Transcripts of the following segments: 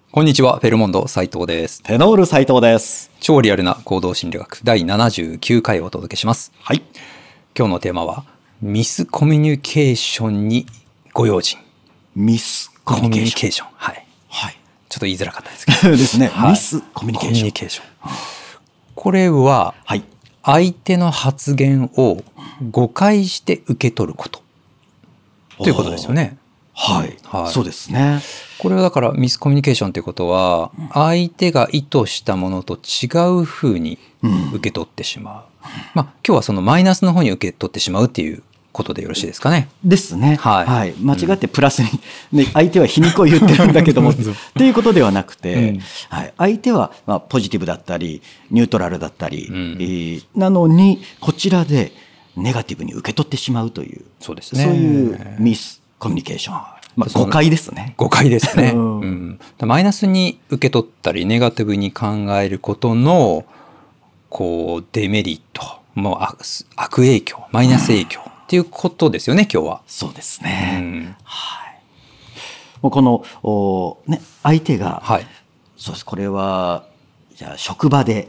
こんにちは、フェルモンド斉藤です。 テノール斉藤です。 超リアルな行動心理学第79回をお届けします。 はい。 今日のテーマはミスコミュニケーションにご用心。 ミスコミュニケーション。 はい。 はい。 ちょっと言いづらかったですけど。 ですね、 はい、 ミスコミュニケーション。 コミュニケーション。これは、 はい、 相手の発言を誤解して受け取ることということですよね。 はい、はい、そうですね。 これはだからミスコミュニケーションということは、相手が意図したものと違うふうに受け取ってしまう。まあ今日はそのマイナスの方に受け取ってしまうっていうことでよろしいですかね。 ですね。 はい。 はい、間違ってプラスに、ね、相手は皮肉を言ってるんだけどもっていうことではなくて、はい、相手はまあポジティブだったりニュートラルだったり、なのにこちらでネガティブに受け取ってしまうという、 そうですね。 そういうミスコミュニケーション。まあ、誤解ですね。 誤解ですね。マイナスに受け取ったりネガティブに考えることのこうデメリット、もう悪影響、マイナス影響っていうことですよね、今日は。 そうですね。はい。もうこのね、相手が、はい、そうです。これはじゃあ職場で、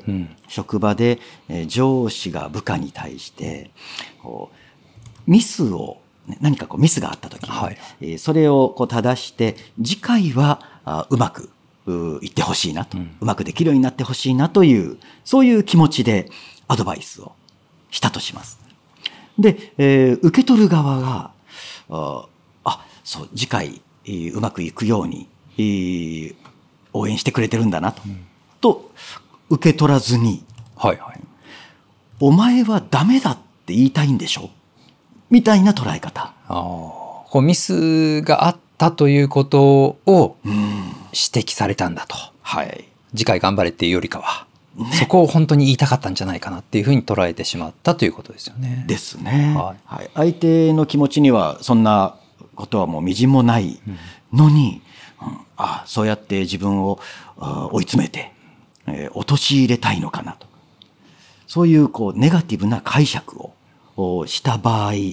上司が部下に対してミスを何かミスがあった時に、はい、それを正して次回はうまくいってほしいなと、うまくできるようになってほしいなというそういう気持ちでアドバイスをしたとします。で、受け取る側がそう次回うまくいくように応援してくれてるんだなと受け取らずに、はいはい、お前はダメだって言いたいんでしょみたいな捉え方。 こうミスがあったということを指摘されたんだと、はい、次回頑張れっていうよりかは、ね、そこを本当に言いたかったんじゃないかなっていうふうに捉えてしまったということですよね。 ですね。はいはい、相手の気持ちにはそんなことはもうみじんもないのに、そうやって自分を追い詰めて、陥れたいのかなと、そういうネガティブな解釈をした場合、はい、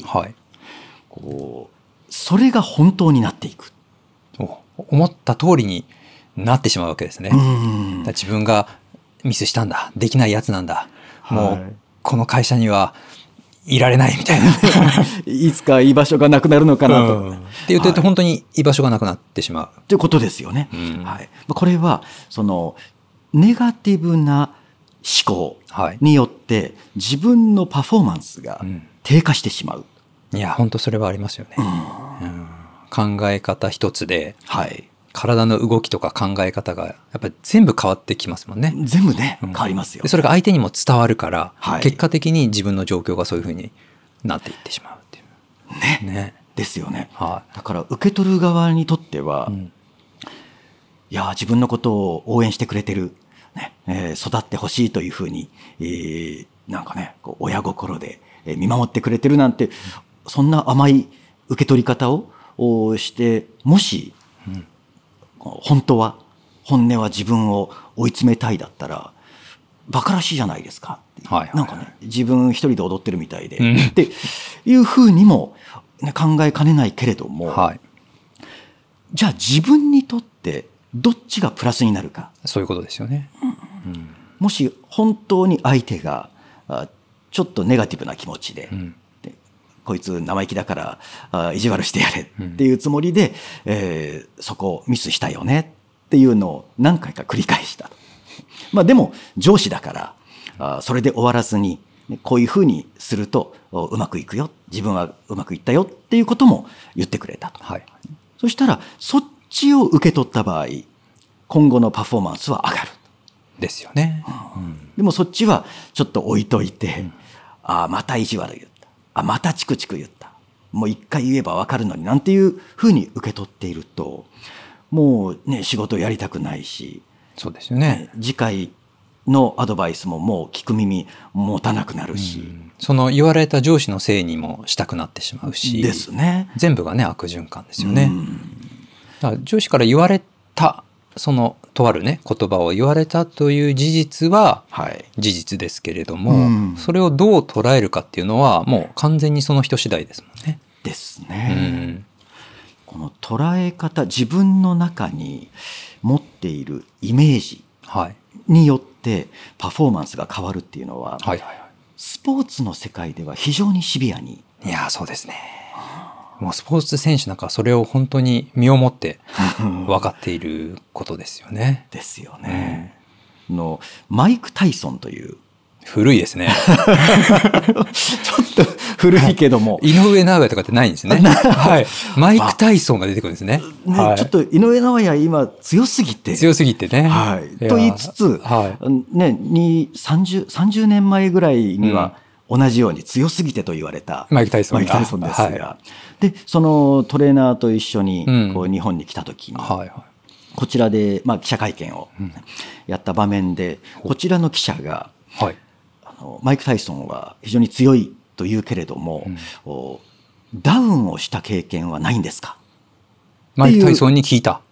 それが本当になっていく。 思った通りになってしまうわけですね。自分がミスしたんだ、できないやつなんだ、もうこの会社にはいられないみたいないつか居場所がなくなるのかなと、 って言ってると本当に居場所がなくなってしまうということですよね。はい、これはそのネガティブな思考によって自分のパフォーマンスが低下してしまう。 いや本当それはありますよね。考え方一つで、はい、体の動きとか考え方がやっぱり全部変わってきますもんね。 全部ね、変わりますよ。 でそれが相手にも伝わるから、はい、結果的に自分の状況がそういうふうになっていってしまうっていうね。ですよね。 はい、 だから受け取る側にとっては、いや自分のことを応援してくれてる、育ってほしいというふうに、なんかね親心で見守ってくれてるなんて、そんな甘い受け取り方をして、もし、本音は自分を追い詰めたいだったらバカらしいじゃないですか、なんかね自分一人で踊ってるみたいで、っていうふうにも、考えかねないけれども、はい、じゃあ自分にとってどっちがプラスになるか。 そういうことですよね。 もし本当に相手がちょっとネガティブな気持ちで、こいつ生意気だから意地悪してやれっていうつもりで、そこミスしたよねっていうのを何回か繰り返した。でも上司だからそれで終わらずに、こういうふうにするとうまくいくよ、自分はうまくいったよっていうことも言ってくれたと。はい、そしたらそっちを受け取った場合、今後のパフォーマンスは上がる。 ですよね。 でもそっちはちょっと置いといて、また意地悪言った、またチクチク言った、もう一回言えば分かるのになんていうふうに受け取っていると、もうね仕事やりたくないし、 そうですよね。 次回のアドバイスももう聞く耳持たなくなるし、 その言われた上司のせいにもしたくなってしまうしですね。 全部がね悪循環ですよね。だから上司から言われたそのとあるね言葉を言われたという事実は事実ですけれども、それをどう捉えるかっていうのはもう完全にその人次第ですもんね。 ですね。この捉え方、自分の中に持っているイメージによってパフォーマンスが変わるっていうのは、スポーツの世界では非常にシビアに。 いやそうですね。もうスポーツ選手なんかそれを本当に身をもって分かっていることですよね。 ですよね。マイク・タイソンという古いですね。 ちょっと古いけども井上尚弥とかってないんですね。はい、マイク・タイソンが出てくるんですね。 ちょっと井上尚弥今強すぎてね。 と言いつつ、30年前ぐらいには同じように強すぎてと言われたマイク・タイソンですが、でそのトレーナーと一緒にこう日本に来た時に、こちらで記者会見をやった場面で、こちらの記者が、マイク・タイソンは非常に強いと言うけれども、ダウンをした経験はないんですか？ マイク・タイソンに聞いた。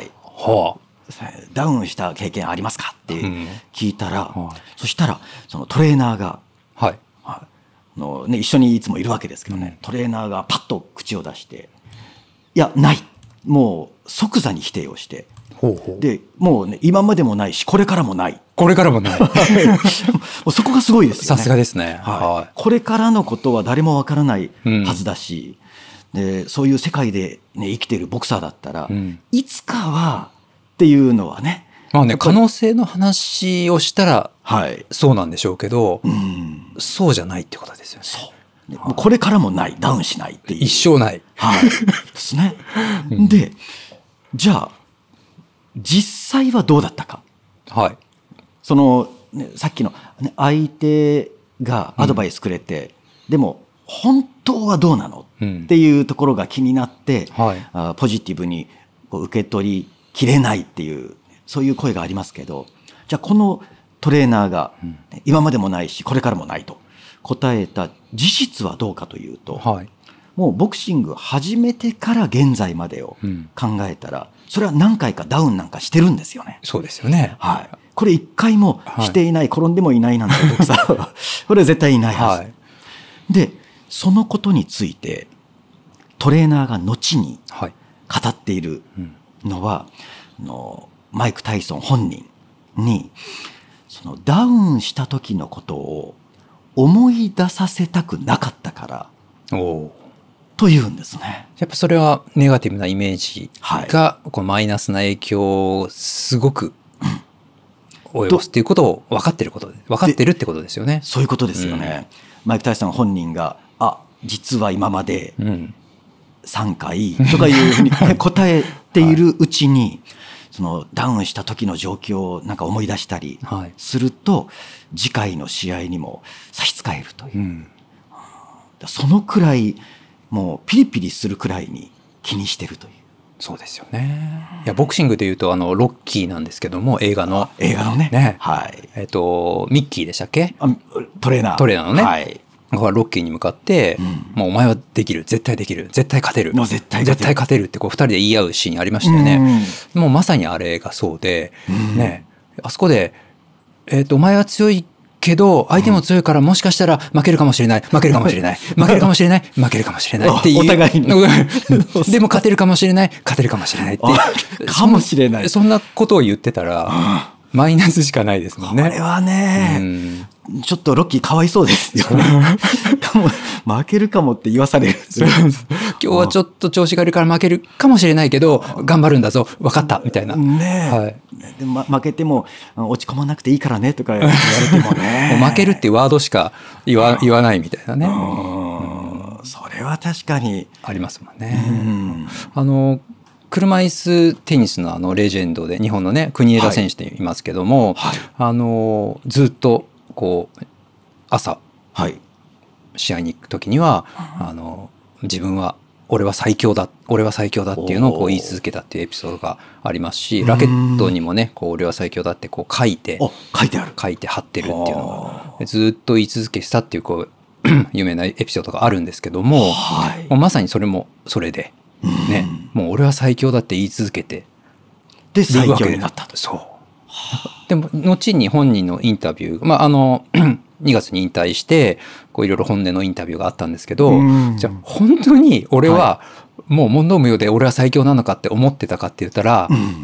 ダウンした経験ありますかって聞いたら、そしたらそのトレーナーが、一緒にいつもいるわけですけどね、トレーナーがパッと口を出して、いやない、もう即座に否定をして、でもう、今までもないしこれからもないもうそこがすごいですよね。 さすがですね。 これからのことは誰もわからないはずだし、でそういう世界で、生きているボクサーだったら、いつかはっていうのはね、 可能性の話をしたらそうなんでしょうけど、そうじゃないってことですよね。 もうこれからもない、ダウンしないっていう、 一生ないですね。でじゃあ実際はどうだったか。そのさっきの、相手がアドバイスくれて、でも本当はどうなの、っていうところが気になって、ポジティブにこう受け取りきれないっていう、そういう声がありますけど、じゃあこのトレーナーが、今までもないしこれからもないと答えた事実はどうかというと、もうボクシング始めてから現在までを考えたら、それは何回かダウンなんかしてるんですよね。 そうですよね。 これ一回もしていない、転んでもいないなんてボクサーはこれは絶対いないはず、でそのことについてトレーナーが後に語っているのは、マイク・タイソン本人にそのダウンした時のことを思い出させたくなかったからというんですね。 やっぱそれはネガティブなイメージがこうマイナスな影響をすごく及ぼすっていうことを分かってるってことですよね。 そういうことですよね。マイク・タイソン本人が実は今まで3回とかいうふうに答えているうちに、そのダウンした時の状況をなんか思い出したりすると、次回の試合にも差し支えるという、そのくらいもうピリピリするくらいに気にしてるという。 そうですよね。いやボクシングでいうとロッキーなんですけども、映画のね、 ミッキーでしたっけ、 トレーナーのね、 ロッキーに向かって、もうお前はできる、絶対できる、絶対勝てる、絶対勝てるってこう2人で言い合うシーンありましたよね。もうまさにあれがそうで、あそこで、お前は強いけど相手も強いから、もしかしたら負けるかもしれないっていうお互いにでも勝てるかもしれないっていうかもしれない、 そんなことを言ってたらマイナスしかないですもんね。 これはね、ちょっとロッキーかわいそうですよね。負けるかもって言わされる。 今日はちょっと調子が悪いから負けるかもしれないけど頑張るんだぞ、分かったみたいな。 で負けても落ち込まなくていいからねとか言われてもねもう負けるっていうワードしか言わないみたいなね。 それは確かにありますもんね。車椅子テニスのレジェンドで日本のね国枝選手っていますけども、ずっとこう朝、試合に行く時には自分は俺は最強だっていうのをこう言い続けたっていうエピソードがありますし、ラケットにもねこう俺は最強だってこう書いて貼ってるっていうのがずっと言い続けてたっていうこう有名なエピソードがあるんですけども、もうまさにそれもそれでね、もう俺は最強だって言い続けてで最強になったと。 でも後に本人のインタビュー、2月に引退してこういろいろ本音のインタビューがあったんですけど、じゃあ本当に俺はもう問答無用で俺は最強なのかって思ってたかって言ったら、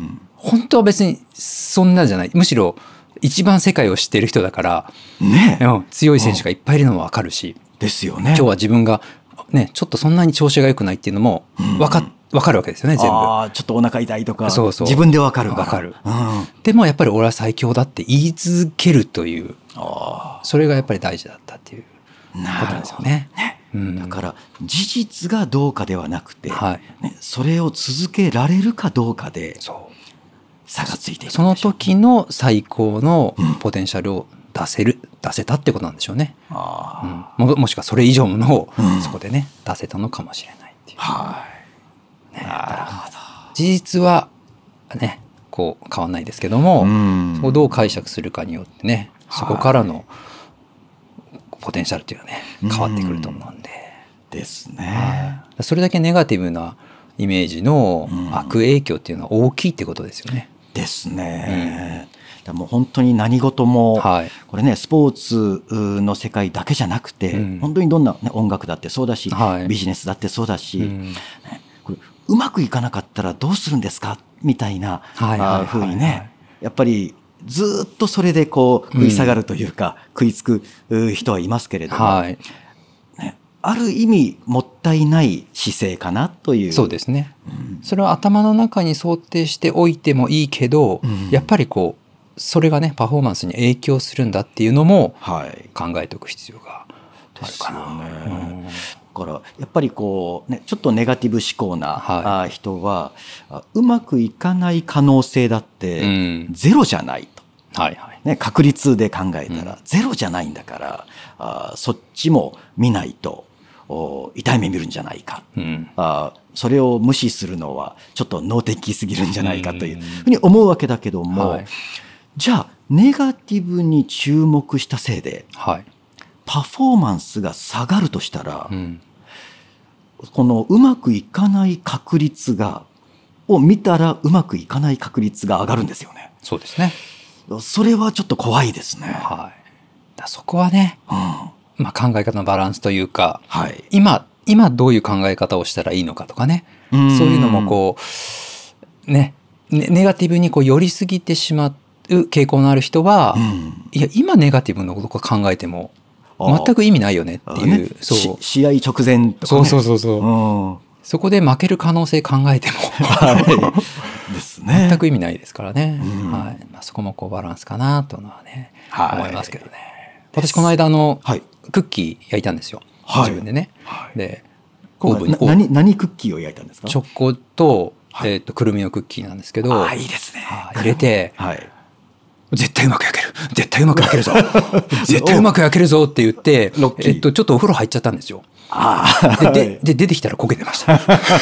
本当は別にそんなじゃない。むしろ一番世界を知ってる人だから、 ね、 強い選手がいっぱいいるのも分かるし、 ですよね。 今日は自分が、ね、ちょっとそんなに調子が良くないっていうのも分かるわけですよね、全部。 ちょっとお腹痛いとか、 そうそう、 自分で分かるから。 分かる、でもやっぱり俺は最強だって言い続けるという、それがやっぱり大事だったっていうことですよね。 だから事実がどうかではなくて、それを続けられるかどうかで差がついていく。 その時の最高のポテンシャルを出せたってことなんでしょうね。もしくはそれ以上のをそこでね、出せたのかもしれないっていう。なるほど。事実はね、こう変わんないですけども、そこをどう解釈するかによってね、そこからのポテンシャルっていうのはね、変わってくると思うんで。 ですね。 それだけネガティブなイメージの悪影響っていうのは大きいってことですよね。 ですね。もう本当に何事も、これね、スポーツの世界だけじゃなくて、本当にどんな、ね、音楽だってそうだし、ビジネスだってそうだし、これうまくいかなかったらどうするんですかみたいなふうにね、やっぱりずっとそれでこう食い下がるというか、食いつく人はいますけれども、ね、ある意味もったいない姿勢かなという。 そうですね。それは頭の中に想定しておいてもいいけど、やっぱりこうそれがねパフォーマンスに影響するんだっていうのも考えておく必要があるかな。 だからやっぱりこう、ね、ちょっとネガティブ思考な人は、うまくいかない可能性だってゼロじゃないと。ね、確率で考えたらゼロじゃないんだから、そっちも見ないと痛い目見るんじゃないか、それを無視するのはちょっと脳的すぎるんじゃないかというふうに思うわけだけども、じゃあネガティブに注目したせいで、パフォーマンスが下がるとしたら、このうまくいかない確率を見たらうまくいかない確率が上がるんですよね。 そうですね。 それはちょっと怖いですね。 そこはね、考え方のバランスというか、今どういう考え方をしたらいいのかとかね、そういうのもこうね、ネガティブにこう寄りすぎてしまう傾向のある人は、いや今ネガティブなことを考えても全く意味ないよねっていう、 試合直前とかね、 そこで負ける可能性考えてもですね、 全く意味ないですからね。そこもこうバランスかなというのはね、思いますけどね。私この間クッキー焼いたんですよ、自分でね。でオーブンに何クッキーを焼いたんですか？ チョコとくるみのクッキーなんですけど、 いいですね、 入れて、絶対うまく焼ける、絶対うまく焼けるぞ絶対うまく焼けるぞって言ってちょっとお風呂入っちゃったんですよ。で出てきたら焦げてました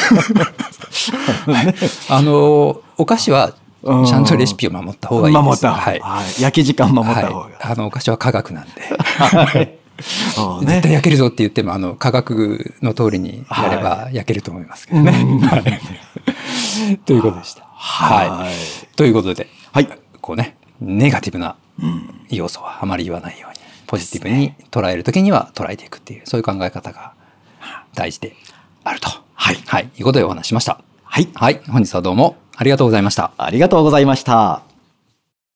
お菓子はちゃんとレシピを守った方がいいです。 焼き時間守った方が、 お菓子は科学なんで絶対焼けるぞって言っても科学の通りにやれば焼けると思いますけどね。ということでした。ということで、こうね、ネガティブな要素はあまり言わないように、ポジティブに捉える時には捉えていくっていう、そういう考え方が大事であると、いうことでお話ししました。本日はどうもありがとうございました。 ありがとうございました。